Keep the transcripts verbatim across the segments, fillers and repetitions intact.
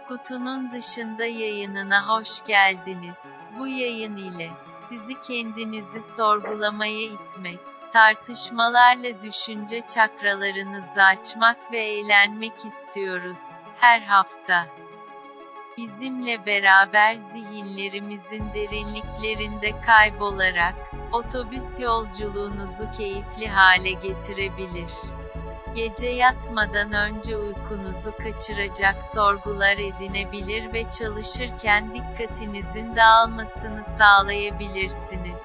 Kutunun Dışında yayınına hoş geldiniz. Bu yayın ile sizi kendinizi sorgulamaya itmek, tartışmalarla düşünce çakralarınızı açmak ve eğlenmek istiyoruz. Her hafta bizimle beraber zihinlerimizin derinliklerinde kaybolarak otobüs yolculuğunuzu keyifli hale getirebilir. Gece yatmadan önce uykunuzu kaçıracak sorgular edinebilir ve çalışırken dikkatinizin dağılmasını sağlayabilirsiniz.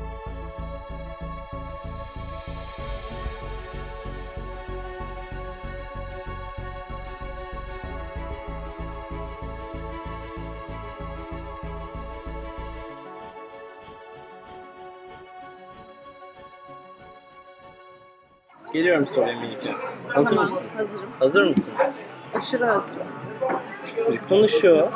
Geliyorum soruya Melike. Hazır Tamam, mısın? hazırım. Hazır mısın? Aşırı hazırım. Konuşuyor.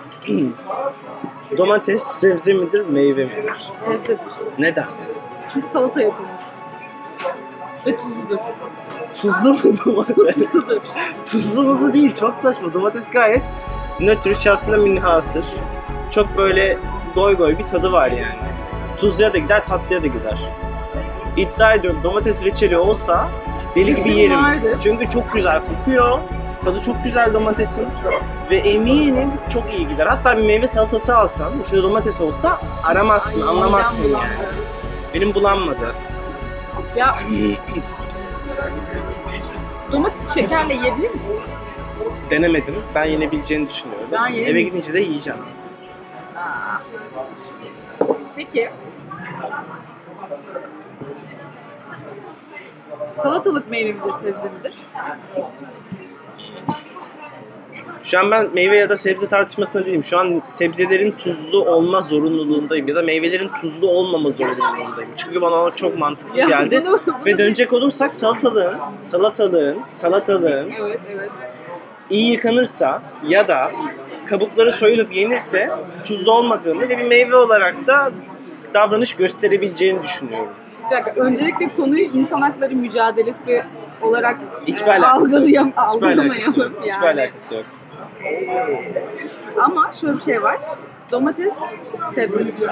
Domates sebze midir, meyve midir? Sebzedir. Neden? Çünkü salata yapılır. Ve tuzludur. Tuzlu mu domates? Tuzlu muzu değil, çok saçma. Domates gayet nötr, şahsında münhasır. Çok böyle goy goy bir tadı var yani. Tuzluya da gider, tatlıya da gider. İddia ediyorum domates reçeli olsa deli gibi Kesin yerim. vardır. Çünkü çok güzel kokuyor. Tadı çok güzel domatesin. Ve eminim çok iyi gider. Hatta bir meyve salatası alsan, içinde domates olsa aramazsın, Ay, anlamazsın midem yani. bulandı. Benim bulanmadı. Ya domatesi şekerle yiyebilir misin? Denemedim. Ben yenebileceğini düşünüyorum. Ben Eve yenemeyeceğim. gidince de yiyeceğim. Peki. Salatalık meyve midir, sebze midir? Şu an ben meyve ya da sebze tartışmasında değilim. Şu an sebzelerin tuzlu olma zorunluluğundayım ya da meyvelerin tuzlu olmama zorunluluğundayım. Çünkü bana o çok mantıksız Ya geldi. bunu- bunu Ve bir- dönecek olursak salatalığın, salatalığın, salatalığın Evet, evet. iyi yıkanırsa ya da kabukları soyulup yenirse tuzlu olmadığını ve bir meyve olarak da davranış gösterebileceğini düşünüyorum. Bir dakika, öncelikle konuyu insan hakları mücadelesi olarak Hiçbir e, alakası yok. algılayam- Hiçbir alakası yok. algılamayalım Hiçbir yani. alakası yok. Ama şöyle bir şey var. Domates sebzedir.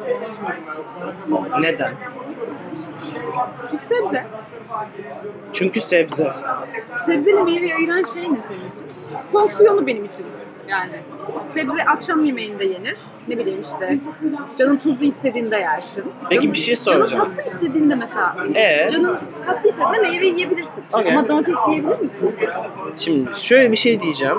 Neden? Çünkü sebze. Çünkü sebze. Sebzeyle meyveyi ayıran şey ne senin için? Fonksiyonu benim için. Yani sebze akşam yemeğinde yenir. Ne bileyim işte. Canın tuzlu istediğinde yersin. Peki Canın- bir şey soracağım. Canın tatlı istediğinde mesela. Ee? Canın tatlı istediğinde meyve yiyebilirsin. Okey. Ama domates yiyebilir misin? Şimdi şöyle bir şey diyeceğim.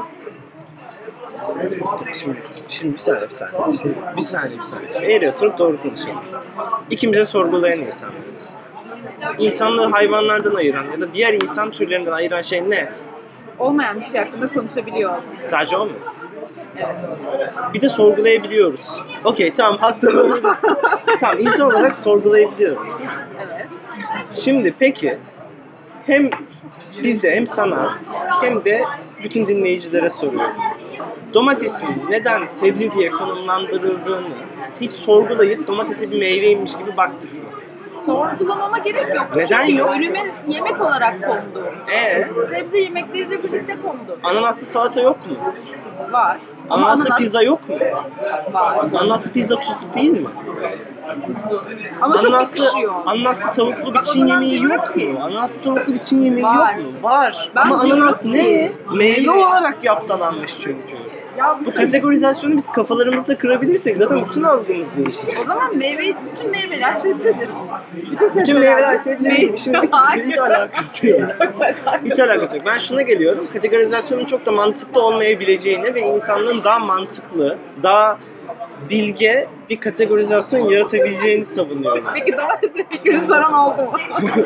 Şimdi, şimdi bir saniye bir saniye. Şimdi bir saniye bir saniye. Eğri oturup doğru konuşalım. İkimiz de sorgulayan insanlarız. İnsanlığı hayvanlardan ayıran ya da diğer insan türlerinden ayıran şey ne? Olmayan bir şey hakkında konuşabiliyor olmak. Sadece o mu? Evet. Bir de sorgulayabiliyoruz. Okey tamam haklı olabilirsin. Tamam insan olarak sorgulayabiliyoruz. Evet. Şimdi peki hem bize hem sana hem de bütün dinleyicilere soruyorum. Domatesin neden sebze diye konumlandırıldığını hiç sorgulayıp domatese bir meyveymiş gibi baktık mı? Sorgulamama gerek yok. Neden Çünkü yok? önüme yemek olarak kondu. Ee, Sebze yemekleriyle birlikte kondu. ananaslı salata yok mu? Var. Ama Ananaslı ananas pizza yok mu? var. Ananaslı pizza tuzlu değil mi? Tuzlu. Ama çok Ananaslı, yakışıyor. ananaslı tavuklu bir Bak o Çin zaman yemeği diyorum yok ki- mu? Ananaslı tavuklu bir Çin yemeği Var. yok mu? Var. Ben Ama diyorum ananas ki- ne? Meyve Meyve. olarak yaftalanmış çünkü. Ya Bu kategorizasyonu biz kafalarımızda kırabilirsek zaten bütün algımız değişir. O zaman meyve, bütün meyveler sebzedir. Bütün sebzeler. Bütün meyveler sebze değil. Şimdi biz Hayır. hiç alakası yok. Hiç alakası yok. Ben şuna geliyorum. Kategorizasyonun çok da mantıklı olmayabileceğini ve insanlığın daha mantıklı, daha bilge bir kategorizasyon yaratabileceğini savunuyorum. Peki domatese fikrini soran oldu mu?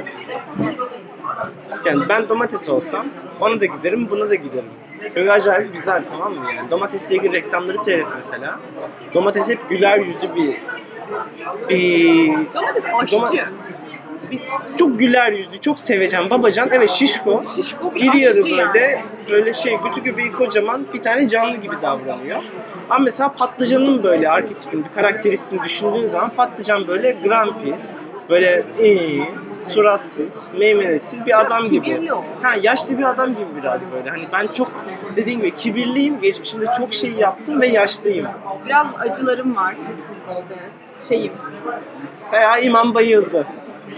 Yani ben domates olsam ona da giderim, buna da giderim. Böyle acayip güzel, tamam mı yani? Domatesle ilgili reklamları seyret mesela. Domates hep güler yüzlü bir... bir Domates aşçı. Doma- bir, çok güler yüzlü, çok sevecen, babacan. Evet şişko. Şişko bir İri yarı aşçı yani. böyle, böyle şey, götü göbeği kocaman bir tane canlı gibi davranıyor. Ama mesela patlıcanın böyle arketipini, bir karakteristini düşündüğün zaman patlıcan böyle grumpy, böyle iyi, suratsız, meymenetsiz bir adam gibi. kibirli o. Ha, yaşlı bir adam gibi biraz böyle. Hani ben çok dediğim gibi kibirliyim. Geçmişimde çok şey yaptım ve yaşlıyım. Biraz acılarım var. İşte şeyim. Veya imam bayıldı.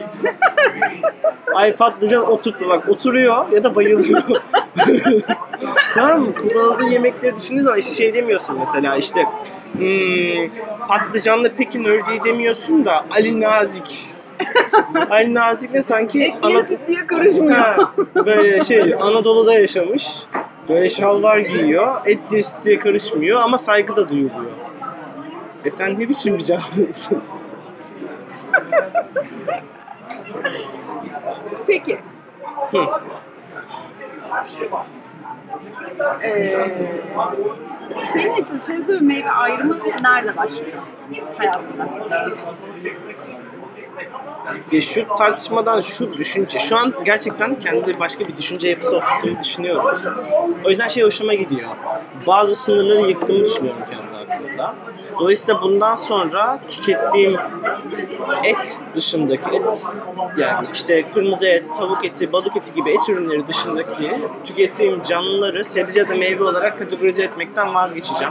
Ay patlıcan oturtma bak oturuyor ya da bayılıyor. Tamam mı? Kullanıldığı yemekleri düşündüğün zaman işte şey demiyorsun mesela işte hmm, patlıcanlı Pekin ördeği demiyorsun da Ali Nazik. Ali Nazik de sanki Etliye sütlüye karışmıyor. Ha, böyle şey Anadolu'da yaşamış. Böyle şalvar giyiyor. Etliye sütlüye karışmıyor ama saygı da duyuluyor. E sen ne biçim bir canlısın? Peki. Hı. Ee, senin için sebze ve meyve ayrımı nerede başlıyor hayatında? Ya şu tartışmadan şu düşünce, şu an gerçekten kendi başka bir düşünce yapısı oturttuğumu düşünüyorum. O yüzden şey hoşuma gidiyor. Bazı sınırları yıktığımı düşünüyorum kendi aklımda. Dolayısıyla bundan sonra tükettiğim et dışındaki et, yani işte kırmızı et, tavuk eti, balık eti gibi et ürünleri dışındaki tükettiğim canlıları sebze ya da meyve olarak kategorize etmekten vazgeçeceğim.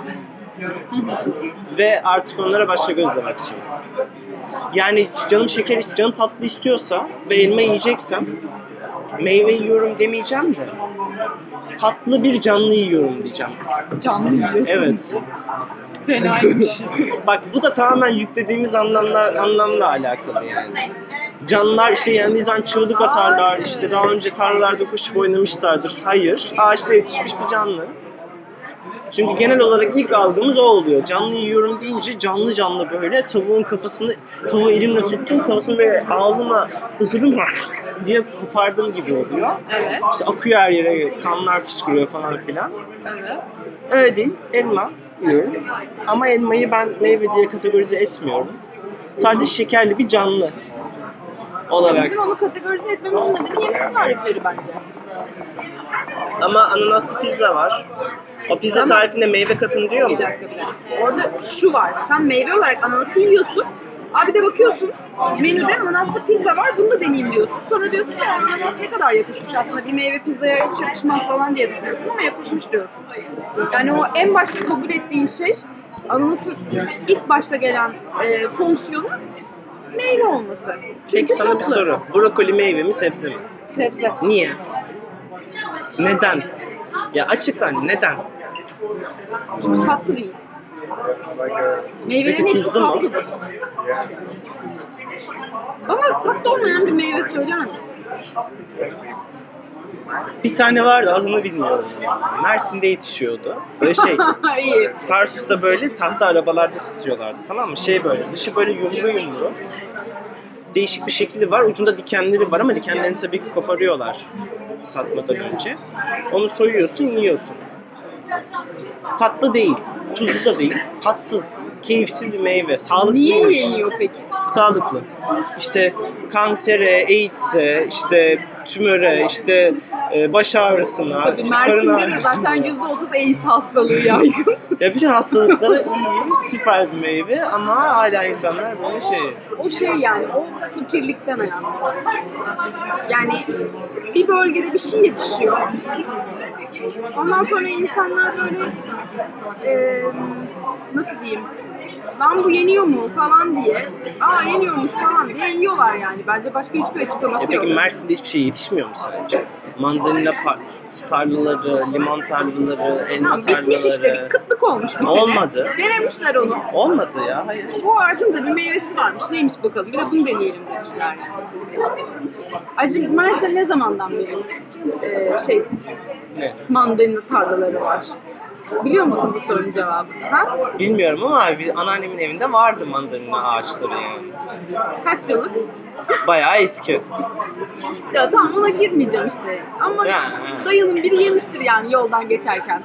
Ve artık onlara başka gözle bakacağım. Yani canım şeker, canım tatlı istiyorsa ve elma yiyeceksem meyve yiyorum demeyeceğim de tatlı bir canlı yiyorum diyeceğim. Canlı yiyorsun. Evet. Fenaymış. Bak bu da tamamen yüklediğimiz anlamlar anlamla alakalı yani. Canlılar işte yendiği zaman çığlık atarlar, işte daha önce tarlalarda kuş gibi oynamışlardır. Hayır, ağaçta yetişmiş bir canlı. Çünkü genel olarak ilk algımız o oluyor. Canlı yiyorum deyince canlı canlı böyle tavuğun kafasını, tavuğu elimle tuttum, kafasını böyle ağzımla ısırdım diye kopardım gibi oluyor. Evet. İşte akıyor her yere, kanlar fışkırıyor falan filan. Evet. Öyle değil, elma yiyorum. Ama elmayı ben meyve diye kategorize etmiyorum. Sadece şekerli bir canlı olarak. Bizim onu kategorize etmemizin nedeni yemek tarifleri bence. Ama ananaslı pizza var. O pizza Tamam. tarifinde meyve katın diyor mu? Bir dakika bir dakika. Orada şu var. Sen meyve olarak ananası yiyorsun. Abi de bakıyorsun menüde ananaslı pizza var. Bunu da deneyeyim diyorsun. Sonra diyorsun ki ananas ne kadar yakışmış aslında bir meyve pizzaya hiç yakışmaz falan diye düşünüyorsun ama yakışmış diyorsun. Yani o en başta kabul ettiğin şey ananasın ilk başta gelen e, fonksiyonu meyve olması. Çünkü Peki sana bir tatlı. soru. Brokoli meyve mi sebze mi? Sebze. Niye? Neden? Ya açıklan neden? Çünkü tatlı değil. Meyvelerin Peki hepsi tuzlu mu? tatlıdır. Bana tatlı olmayan bir meyve söyler misin? Bir tane vardı adını bilmiyorum. Mersin'de yetişiyordu. Böyle şey İyi. Tarsus'ta böyle tahta arabalarda satıyorlardı, tamam mı? Şey böyle dışı böyle yumru yumru. Değişik bir şekli var. Ucunda dikenleri var ama dikenlerini tabii ki koparıyorlar satmadan önce. Onu soyuyorsun, yiyorsun. Tatlı değil, tuzlu da değil, tatsız, keyifsiz bir meyve. Niye Sağlıklıymış. yeniyor peki? Sağlıklı. İşte kansere, AIDS'e, işte tümöre, işte e, baş ağrısına, Tabii işte karın Mersin'de de ağrısına. zaten yüzde otuz AIDS hastalığı yaygın. Ya bütün hastalıklara iyi, süper bir meyve ama hala insanlar böyle şey. O şey yani, o fakirlikten hayatım. Yani bir bölgede bir şey yetişiyor. Ondan sonra insanlar böyle e, nasıl diyeyim, lan bu yeniyor mu falan diye, aa yeniyormuş falan diye yiyorlar yani. Bence başka hiçbir açıklaması E peki yok. Mersin'de hiçbir şey yetişmiyor mu sence? Mandalina par- tarlaları, limon tarlaları, elma Tamam, bitmiş işte, bir tarlaları. kıtlık olmuş bir sene. Olmadı. Denemişler onu. Olmadı ya, hayır. Bu ağacın da bir meyvesi varmış. Neymiş bakalım. Bir de bunu deneyelim demişler. Acı Mersin'de ne zamandan beri e, şey Ne? mandalina tarlaları var? Biliyor musun bu sorunun cevabını? Ha? Bilmiyorum ama bir anneannemin evinde vardı mandalina ağaçları yani. Kaç yıllık? Bayağı eski. Ya tamam, ona girmeyeceğim işte. Ama Ya. dayının biri yemiştir yani yoldan geçerken.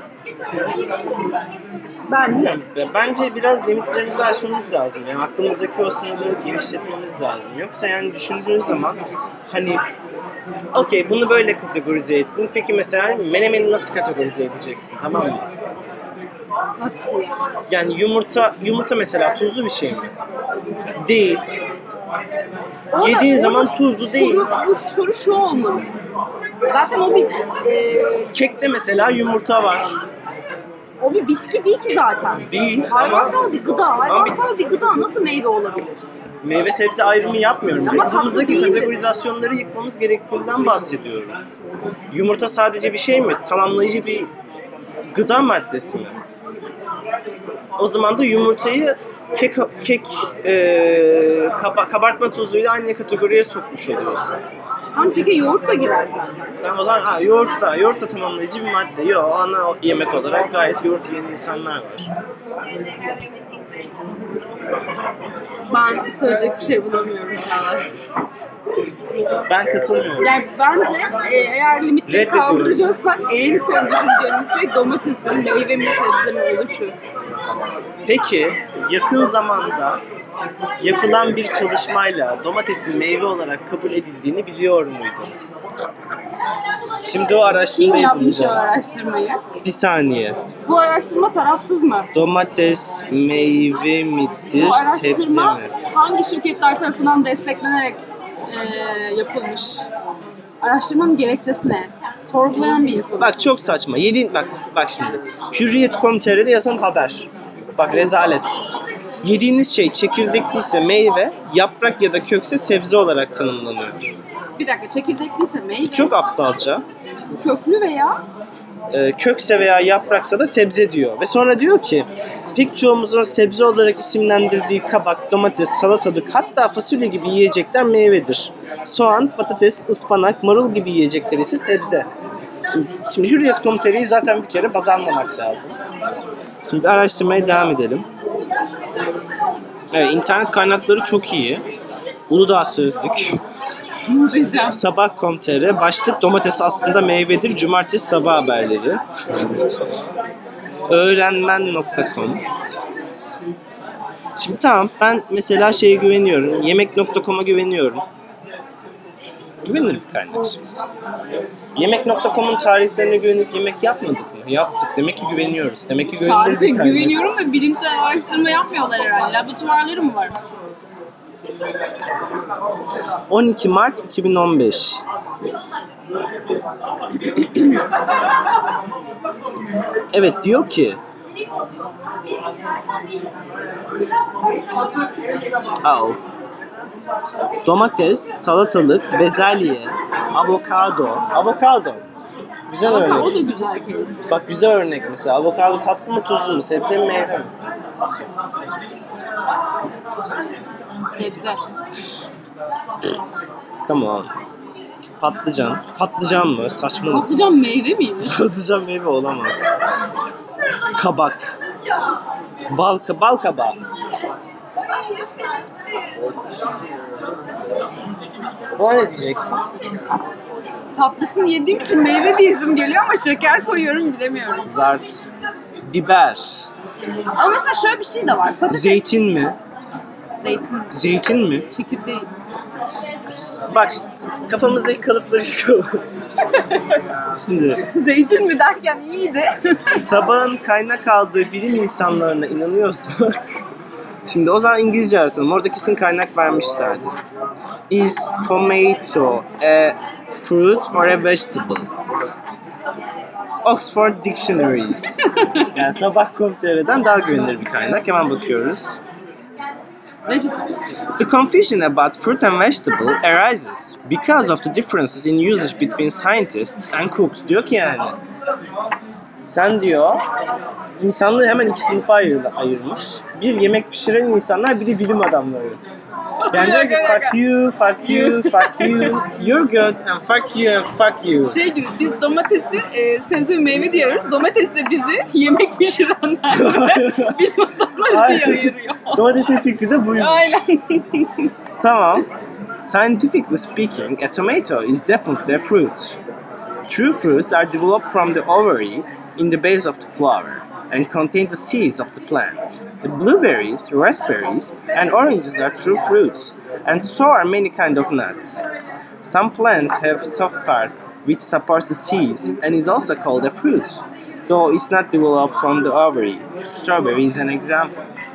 Bence. Bence biraz limitlerimizi aşmamız lazım. Yani aklımızdaki o sınırları genişletmemiz lazım. Yoksa yani düşündüğün zaman hani okey bunu böyle kategorize ettin. Peki mesela menemeni nasıl kategorize edeceksin, tamam mı? Nasıl yani? Yani yumurta yumurta mesela tuzlu bir şey mi? Değil. Orada- Yediğin orada zaman tuzlu değil. Soru, bu soru şu olmalı. Zaten o bir e, Kekte mesela yumurta var. o bir bitki değil ki zaten. Değil Hayvansal ama bir gıda. Hayvansal bir gıda nasıl meyve olabilir? meyve sebze ayrımı yapmıyorum. Ama Kafamızdaki tatlı değildir. kategorizasyonları yıkmamız gerektiğinden bahsediyorum. Yumurta sadece bir şey mi? Tamamlayıcı bir gıda maddesi mi? O zaman da yumurtayı kek, kek e, kaba- kabartma tozuyla aynı kategoriye sokmuş oluyorsun. Tam keke yoğurt da girer zaten. Tamam, o zaman ha, yoğurt da, yoğurt da tamamlayıcı bir madde. Yok, ana yemek olarak gayet yoğurt yiyen insanlar var. Ben söyleyecek bir şey bulamıyorum Çağlar. Ben katılmıyorum. Yani bence e, eğer limitleri Reddediyorum. kaldıracaksak en son düşüneceğimiz şey domatesin meyve mi sebze mi oluşu. Peki yakın zamanda yapılan bir çalışmayla domatesin meyve olarak kabul edildiğini biliyor muydun? Şimdi o Kim araştırmayı yapmış o bulacağım. araştırmayı? Bir saniye. Bu araştırma tarafsız mı? Domates meyve midir, Bu sebze araştırma mi? hangi şirketler tarafından desteklenerek e, yapılmış? Araştırmanın gerekçesi ne? Sorgulayan bir insan. Bak çok saçma. Yediğin bak bak şimdi. Hürriyet nokta com nokta tr'de yazan haber. Bak rezalet. Yediğiniz şey çekirdekliyse meyve, yaprak ya da kökse sebze olarak tanımlanıyor. Bir dakika, çekirdekliyse meyve, Çok aptalca. köklü veya Ee, kökse veya yapraksa da sebze diyor. Ve sonra diyor ki pek çoğumuzun sebze olarak isimlendirdiği kabak, domates, salatalık hatta fasulye gibi yiyecekler meyvedir. Soğan, patates, ıspanak, marul gibi yiyecekler ise sebze. Şimdi, şimdi Hürriyet nokta com nokta tr'yi zaten bir kere baz almamak lazım. Şimdi bir araştırmaya devam edelim. Evet, internet kaynakları çok iyi. Uludağ Sözlük, muhteşem. sabah nokta com nokta tr, başlık domates aslında meyvedir, cumartesi sabah haberleri. öğrenmen nokta com. Şimdi tamam, ben mesela şeye güveniyorum, yemek nokta com'a güveniyorum. Güvenilir bir kaynak şimdi. yemek nokta com'un tariflerine güvenip yemek yapmadık mı? Yaptık. Demek ki güveniyoruz. Demek ki güvenilir Tarife bir kaynak. güveniyorum da bilimsel araştırma yapmıyorlar herhalde. Laboratuvarları mı var? on iki Mart iki bin on beş. Evet, diyor ki Al. Domates, salatalık, bezelye, avokado. Avokado. Güzel Bak, o örnek. da güzel kelime. Bak güzel örnek mesela. Avokado tatlı mı tuzlu mu? Sebze mi meyve mi? Sebze. Come on. Patlıcan. Patlıcan mı? Saçmalık. Patlıcan meyve miymiş? Patlıcan meyve olamaz. Kabak. Bal, bal kabağı. Buna ne diyeceksin? Tatlısını yediğim için meyve diyesim geliyor ama şeker koyuyorum bilemiyorum. Zart. Biber. Ama mesela şöyle bir şey de var. Patates. Zeytin mi? Zeytin. Zeytin mi? Çekirdeği. Bak şimdi, kafamızdaki kalıpları yıkalım. Şimdi Zeytin mi derken iyiydi. sabahın kaynak aldığı bilim insanlarına inanıyorsak şimdi o zaman İngilizce aratalım. Orada kesin kaynak vermişlerdir. Is tomato a fruit or a vegetable? Oxford Dictionaries. Yani sabah nokta com nokta tr'den daha güvenilir bir kaynak. Hemen bakıyoruz. Vegetable. The confusion about fruit and vegetable arises because of the differences in usage between scientists and cooks. Diyor ki yani sen diyor insanlığı hemen iki sınıfa ayır, ayırmış. Bir yemek pişiren insanlar, bir de bilim adamları. Yani diyor ki fuck you, fuck you, fuck you, you're good and fuck you and fuck you. Şey gibi, biz domatesi e, sebze ve meyve diyoruz. Domates de bizi yemek pişirenler bilim adamları diye ayırıyor. Domatesin fikri de buymuş. Aynen. Tamam. Scientifically speaking, a tomato is definitely a fruit. True fruits are developed from the ovary in the base of the flower and contain the seeds of the plant. The blueberries, raspberries, and oranges are true fruits, and so are many kinds of nuts. Some plants have soft part which supports the seeds and is also called a fruit, though it's not developed from the ovary. Strawberry is an example.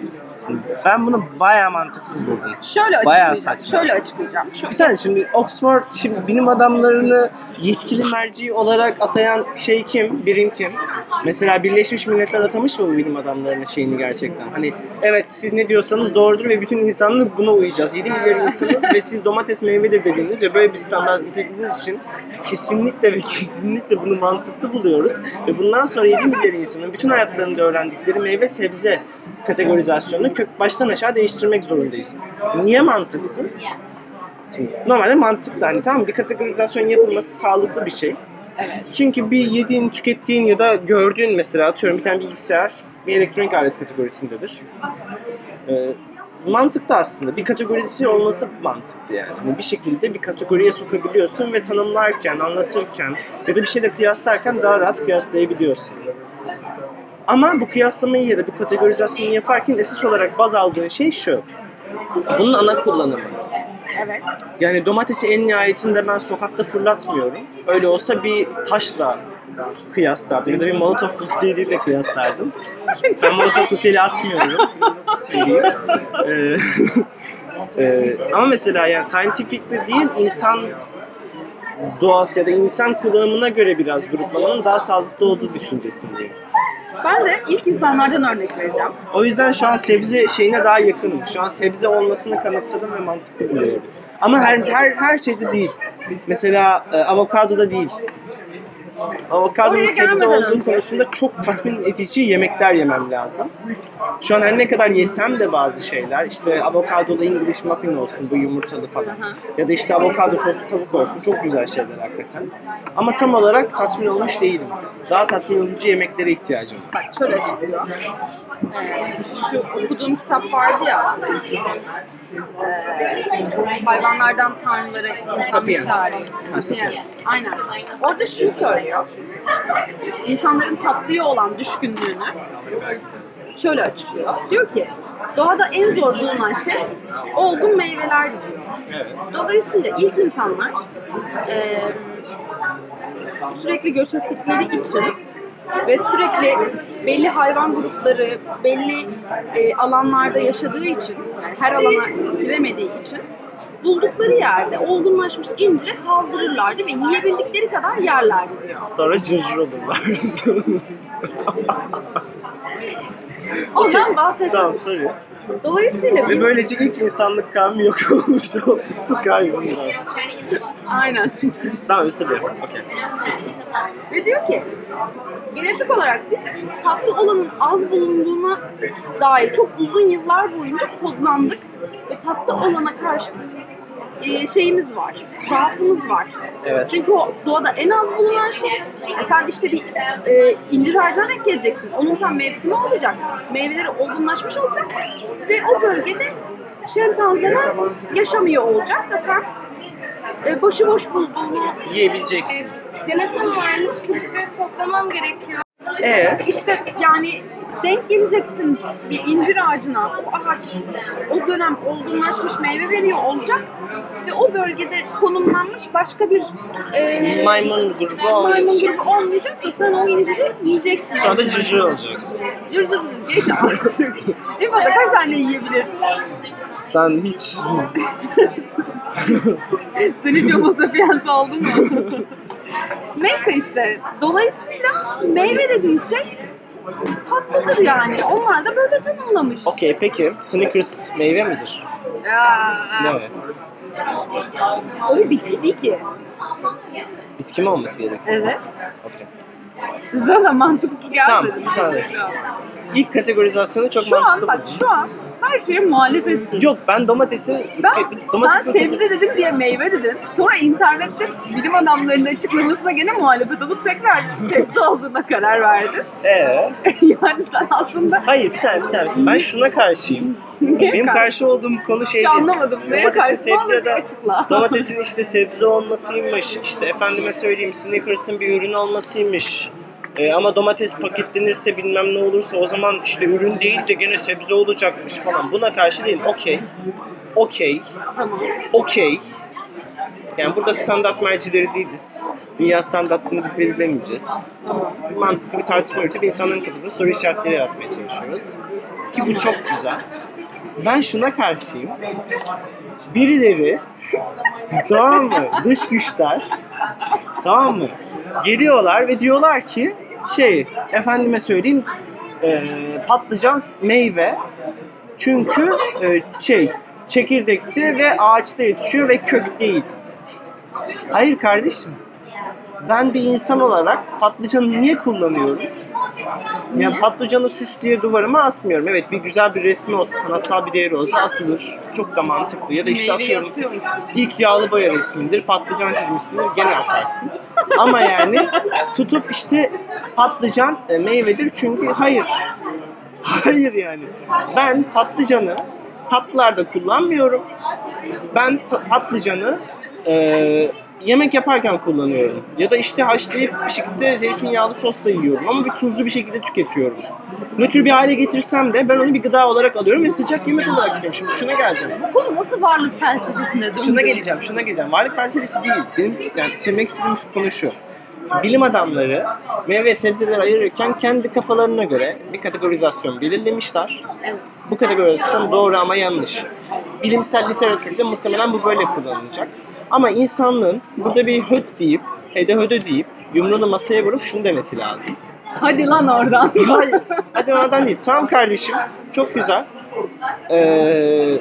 Ben bunu bayağı mantıksız buldum. Şöyle Bayağı açıklayacağım. saçma. Şöyle açıklayacağım. Şu, Bir saniye, şimdi Oxford şimdi bilim adamlarını yetkili merci olarak atayan şey kim? Birim kim? Mesela Birleşmiş Milletler atamış mı bu bilim adamlarının şeyini gerçekten? Hani evet siz ne diyorsanız doğrudur ve bütün insanlık buna uyacağız. yedi milyar insanız ve siz domates meyvedir dediğiniz ve böyle bir standart getirdiğiniz için kesinlikle ve kesinlikle bunu mantıklı buluyoruz. Ve bundan sonra yedi milyar insanın bütün hayatlarında öğrendikleri meyve sebze kategorizasyonunu kök baştan aşağı değiştirmek zorundayız. Niye mantıksız? Şimdi, normalde mantıklı, hani tamam, bir kategorizasyon yapılması sağlıklı bir şey. evet. Çünkü bir yediğin, tükettiğin ya da gördüğün, mesela atıyorum bir tane bilgisayar bir elektronik alet kategorisindedir. Ee, mantıklı aslında. Bir kategorisi olması mantıklı yani. Yani bir şekilde bir kategoriye sokabiliyorsun ve tanımlarken, anlatırken ya da bir şeyle kıyaslarken daha rahat kıyaslayabiliyorsun. Ama bu kıyaslamayı ya da bu kategorizasyonu yaparken esas olarak baz aldığın şey şu. Bunun ana kullanımı. Evet. Yani domatesi en nihayetinde ben sokakta fırlatmıyorum. Öyle olsa bir taşla kıyaslardım ya da bir Molotov kokteyliyle kıyaslardım. Ben Molotov kokteyli atmıyorum. Söyleyeyim. Ee, e, ama mesela yani scientific'le değil, insan doğası ya da insan kullanımına göre biraz gruplamanın daha sağlıklı olduğu düşüncesindeyim. Ben de ilk insanlardan örnek vereceğim. O yüzden şu an sebze şeyine daha yakınım. Şu an sebze olmasını kanıksadım ve mantıklı buluyorum. Ama her her her şeyde değil. Mesela e, avokadoda değil. Avokadonun Oraya sebze gelmeden olduğu önce. konusunda çok tatmin edici yemekler yemem lazım. Şu an her ne kadar yesem de bazı şeyler, işte avokadolu English muffin olsun, bu yumurtalı falan. Ya da işte avokado soslu tavuk olsun, çok güzel şeyler hakikaten. Ama tam olarak tatmin olmuş değilim. Daha tatmin edici yemeklere ihtiyacım var. Bak şöyle açıklıyor. Ee, şu okuduğum kitap vardı ya. E, hayvanlardan tanrılara insan Sapiens. tarihi. Ha, Sapiens. Sapiens. Aynen. Orada şunu söylüyor. İnsanların tatlıya olan düşkünlüğünü şöyle açıklıyor. Diyor ki doğada en zor bulunan şey olgun meyvelerdi diyor. Evet. Dolayısıyla ilk insanlar e, sürekli göç ettikleri için ve sürekli belli hayvan grupları belli e, alanlarda yaşadığı için, yani her alana giremediği için buldukları yerde olgunlaşmış incire saldırırlardı ve yiyebildikleri kadar yerlerdi diyor. Sonra cırcır olurlar. Ondan bahsediyoruz. Tamam, söyle. Dolayısıyla Ve biz... böylece ilk insanlık kavmi yok olmuş oldu. Su kaybından. Aynen. Tamam, özür dilerim. Okey. Sustum. Ve diyor ki genetik olarak biz tatlı olanın az bulunduğuna dair çok uzun yıllar boyunca kodlandık ve tatlı olana karşı e, şeyimiz var, zaafımız var. Evet. Çünkü o doğada en az bulunan şey. E sen işte bir e, incir ağacına denk geleceksin. Onun tam mevsimi olacak. Meyveleri olgunlaşmış olacak ve o bölgede şempanzeler yaşamıyor olacak da sen e, başıboş bulduğunu Yiyebileceksin. denetim varmış gibi toplamam gerekiyor. Ee? İşte yani denk geleceksin bir incir ağacına, o ağaç o dönem olgunlaşmış meyve veriyor olacak ve o bölgede konumlanmış başka bir e, Maymun grubu maymun olmayacak. grubu olmayacak da sen o inciri yiyeceksin. Sonra da cırcır olacaksın. Cır cır geç artık. En fazla kaç tane yiyebilir? Sen hiç... Sen hiç homo sapiens oldun mu? Neyse işte. Dolayısıyla meyve dediğin şey tatlıdır yani. Onlar da böyle tanımlamış. Okey, peki Snickers meyve midir? Ya. Ne? O bir bitki değil ki. Bitki mi olması gerekiyor? Evet. Okey. Sana mantıksız gelmedi. Tamam, mi? tamam. Şu an. İlk kategorizasyonu çok Şu an mantıklı bak buldum. şu an her şeye muhalefetsin. Yok, ben domatesin... Ben, ben domatesin sebze dedim diye meyve dedin. Sonra internette bilim adamlarının açıklamasına gene muhalefet olup tekrar sebze olduğuna karar verdin. Ee? Yani sen aslında Hayır, bir saniye, bir saniye. bir saniye. Ben şuna karşıyım. Neye Benim karşı? karşı olduğum konu şey Hiç anlamadım. Neye Domatesin karşı? sebze Bana bir de, açıkla. domatesin işte sebze olmasıymış, işte efendime söyleyeyim Snickers'ın bir ürün olmasıymış. Ee, ama domates paketlenirse bilmem ne olursa o zaman işte ürün değil de gene sebze olacakmış falan. Buna karşı değilim. Okey. Okey. Tamam. Okey. Yani burada standart mercileri değiliz. Dünya standartlarını biz belirlemeyeceğiz. Mantıklı bir tartışma yürütüp insanların kafasında soru işaretleri yaratmaya çalışıyoruz. Ki bu çok güzel. ben şuna karşıyım. Birileri tamam mı? Dış güçler tamam mı? Geliyorlar ve diyorlar ki şey efendime söyleyeyim e, patlıcan meyve çünkü e, şey çekirdekte ve ağaçta yetişiyor ve kök değil. Hayır kardeşim. Ben bir insan olarak patlıcanı niye kullanıyorum? Yani patlıcanı süs diye duvarıma asmıyorum. Evet bir güzel bir resmi olsa, sanatsal bir değeri olsa asılır. Çok da mantıklı. Ya da işte Meyveyi atıyorum asıyor musun? ilk yağlı boya resmindir, patlıcan çizmişsindir, gene asarsın. Ama yani tutup işte patlıcan e, meyvedir çünkü hayır. Hayır yani. Ben patlıcanı tatlılarda kullanmıyorum. Ben pa- patlıcanı e, yemek yaparken kullanıyorum. Ya da işte haşlayıp bir şekilde zeytinyağlı sosla yiyorum. Ama bir tuzlu bir şekilde tüketiyorum. Nötr bir hale getirsem de ben onu bir gıda olarak alıyorum ve sıcak yemek olarak yiyorum. Şimdi şuna geleceğim. Bu konu nasıl varlık felsefesine döndü? Şuna geleceğim, şuna geleceğim. Varlık felsefesi değil. Benim yani söylemek istediğim konu şu. Şimdi bilim adamları meyve ve sebzeleri ayırırken kendi kafalarına göre bir kategorizasyon belirlemişler. Evet. Bu kategorizasyon doğru ama yanlış. Bilimsel literatürde muhtemelen bu böyle kullanılacak. Ama insanlığın burada bir höt deyip, hede hödö deyip, yumruğunu masaya vurup şunu demesi lazım. Hadi lan oradan. Hayır, hadi oradan değil. Tamam kardeşim, çok güzel. Ee,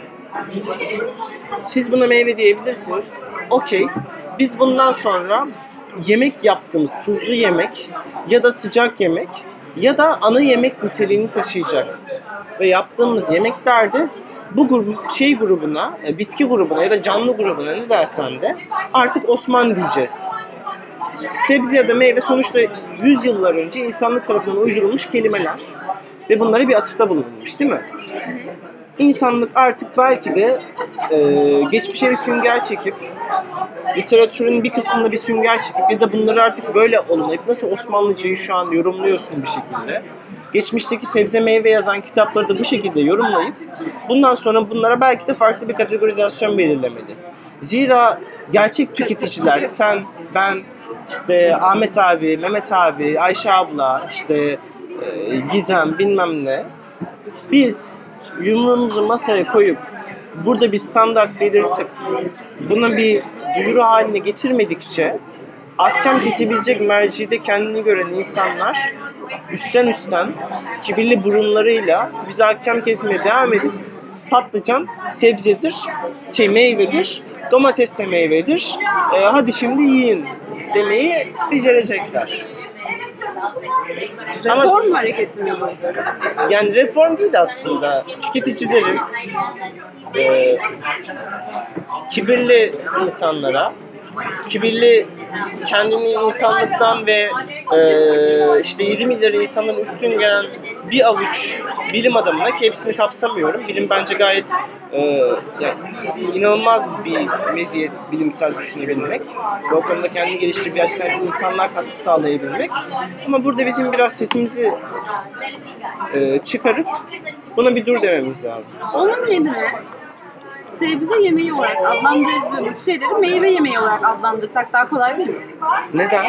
siz buna meyve diyebilirsiniz. Okey. Biz bundan sonra yemek yaptığımız tuzlu yemek ya da sıcak yemek ya da ana yemek niteliğini taşıyacak ve yaptığımız yemeklerde bu grup, şey grubuna, bitki grubuna ya da canlı grubuna ne dersen de artık Osman diyeceğiz. Sebze ya da meyve sonuçta yüz yıllar önce insanlık tarafından uydurulmuş kelimeler ve bunlara bir atıfta bulunmuş değil mi? İnsanlık artık belki de e, geçmişe bir sünger çekip literatürün bir kısmında bir sünger çekip ya da bunları artık böyle olmayıp nasıl Osmanlıcayı şu an yorumluyorsun bir şekilde geçmişteki sebze meyve yazan kitapları da bu şekilde yorumlayıp bundan sonra bunlara belki de farklı bir kategorizasyon belirlemeli. Zira gerçek tüketiciler sen, ben, işte Ahmet abi, Mehmet abi, Ayşe abla, işte e, Gizem bilmem ne biz yumruğumuzu masaya koyup burada bir standart belirtip bunu bir duyuru haline getirmedikçe ahkam kesebilecek mercide kendini gören insanlar üstten üstten kibirli burunlarıyla bize ahkam kesmeye devam edip patlıcan sebzedir, şey meyvedir, domates de meyvedir, e, hadi şimdi yiyin demeyi becerecekler. Ama Reform hareketi mi bu? yani reform değil aslında. Tüketicilerin e, kibirli insanlara, kibirli kendini insanlıktan ve e, işte yedi milyar insanların üstün gelen bir avuç bilim adamına ki hepsini kapsamıyorum. Bilim bence gayet e, yani inanılmaz bir meziyet bilimsel düşünebilmek. Bu konuda kendini geliştirip gerçekten insanlığa katkı sağlayabilmek. Ama burada bizim biraz sesimizi e, çıkarıp buna bir dur dememiz lazım. Onun yerine sebze yemeği olarak adlandırdığımız şeyleri meyve yemeği olarak adlandırsak daha kolay değil mi? Neden?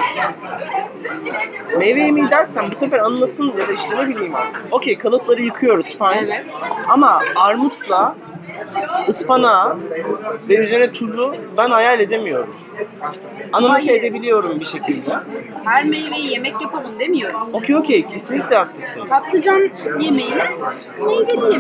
Meyve yemeği dersen bu sefer anlasın ya da işte ne bileyim. Okey kalıpları yıkıyoruz fine. Evet. Ama armutla ıspanağı ve üzerine tuzu ben hayal edemiyorum. Ananas Hayır. edebiliyorum bir şekilde. Her meyveyi yemek yapalım demiyorum. Okey okey kesinlikle haklısın. Patlıcan yemeğini meyveli yemek.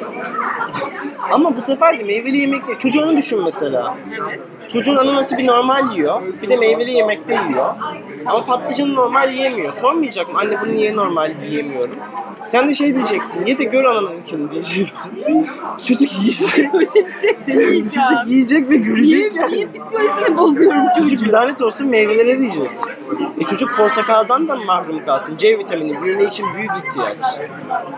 Ama bu sefer de meyveli yemekte çocuğunu düşün mesela. Evet. Çocuğun ananası bir normal yiyor, bir de meyveli yemekte yiyor. Ama patlıcanı normal yiyemiyor. Sormayacak mı? Anne bunu niye normal yiyemiyorum? Sen de şey diyeceksin, ye de gör ananınkini diyeceksin. Çocuk yiyecek. Öyle bir şey demeyeceğim. Çocuk yiyecek ve Niye, görecek yani. niye psikolojisini bozuyorum çocuğu? Çocuk lanet olsun meyvelere diyecek. E çocuk portakaldan da mı mahrum kalsın? C vitamini büyüme için büyük ihtiyaç.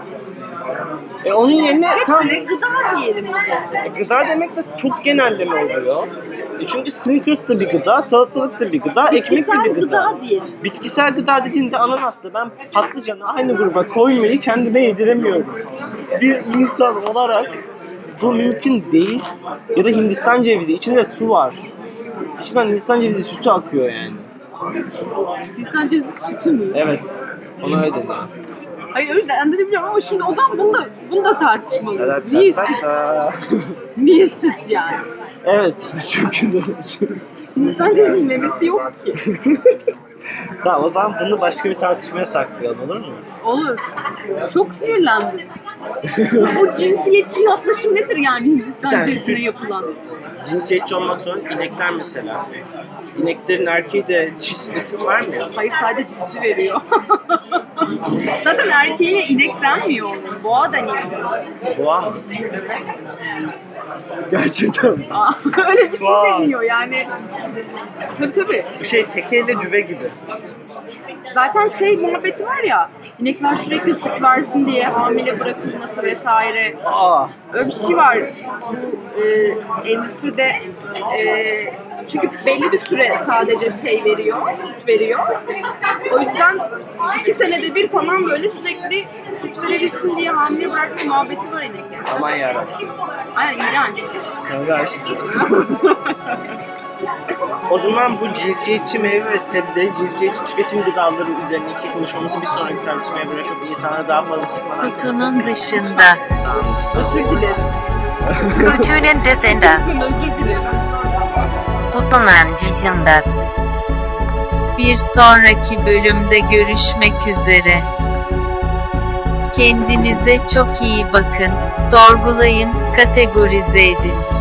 E onun yerine tam Hepsine gıda diyelim o zaman. gıda demek de çok genelleme oluyor. E çünkü Snickers da bir gıda, salatalık da bir gıda, ekmek de Bitkisel bir gıda. gıda diyelim. Bitkisel gıda dediğinde ananasla ben patlıcanı aynı gruba koymayı kendime yediremiyorum. Bir insan olarak bu mümkün değil. Ya da Hindistan cevizi, içinde su var. İçinden Hindistan cevizi sütü akıyor yani. Hindistan cevizi sütü mü? Evet, ona öyle deniyor. Hayır öyle değerlendirebiliyorum ama şimdi o zaman bunu da, bunu da tartışmalıyız. Niye süt? Niye süt yani? Evet, çok güzel. Hindistan cevizinin memesi yok ki. Tamam, o zaman bunu başka bir tartışmaya saklayalım, olur mu? Olur. Çok sinirlendim. Bu cinsiyetçi yaklaşım nedir yani Hindistan Sen cevizine süt- yapılan? Cinsiyetçi olmak zorunda inekler mesela. İneklerin erkeği de dişisi de süt vermiyor. Hayır sadece dişisi veriyor. Zaten erkeğine inek denmiyor onun. Boğa deniyor. Boğa mı? Gerçekten. Aa, öyle bir şey Vay. deniyor yani. Tabii tabii. Bu şey tekeyle düve gibi. Zaten şey muhabbeti var ya, inekler sürekli süt versin diye hamile bırakılması vesaire. Aa, Öyle bir şey var. Bu e, endüstride e, çünkü belli bir süre sadece şey veriyor, süt veriyor. O yüzden iki senede bir falan böyle sürekli süt verebilsin diye hamile bırakma muhabbeti var inekler. aman yarabbim. Aynen iğrenç. Tanrı aşkına. O zaman bu cinsiyetçi meyve ve sebze, cinsiyetçi tüketim gıdaları üzerindeki konuşmamızı bir sonraki tartışmaya bırakıp insanları daha fazla sıkmadan... Kutunun dışında. Özür dilerim. Kutunun dışında. Lütfen özür dilerim. Kutunun dışında. Bir sonraki bölümde görüşmek üzere. Kendinize çok iyi bakın, sorgulayın, kategorize edin.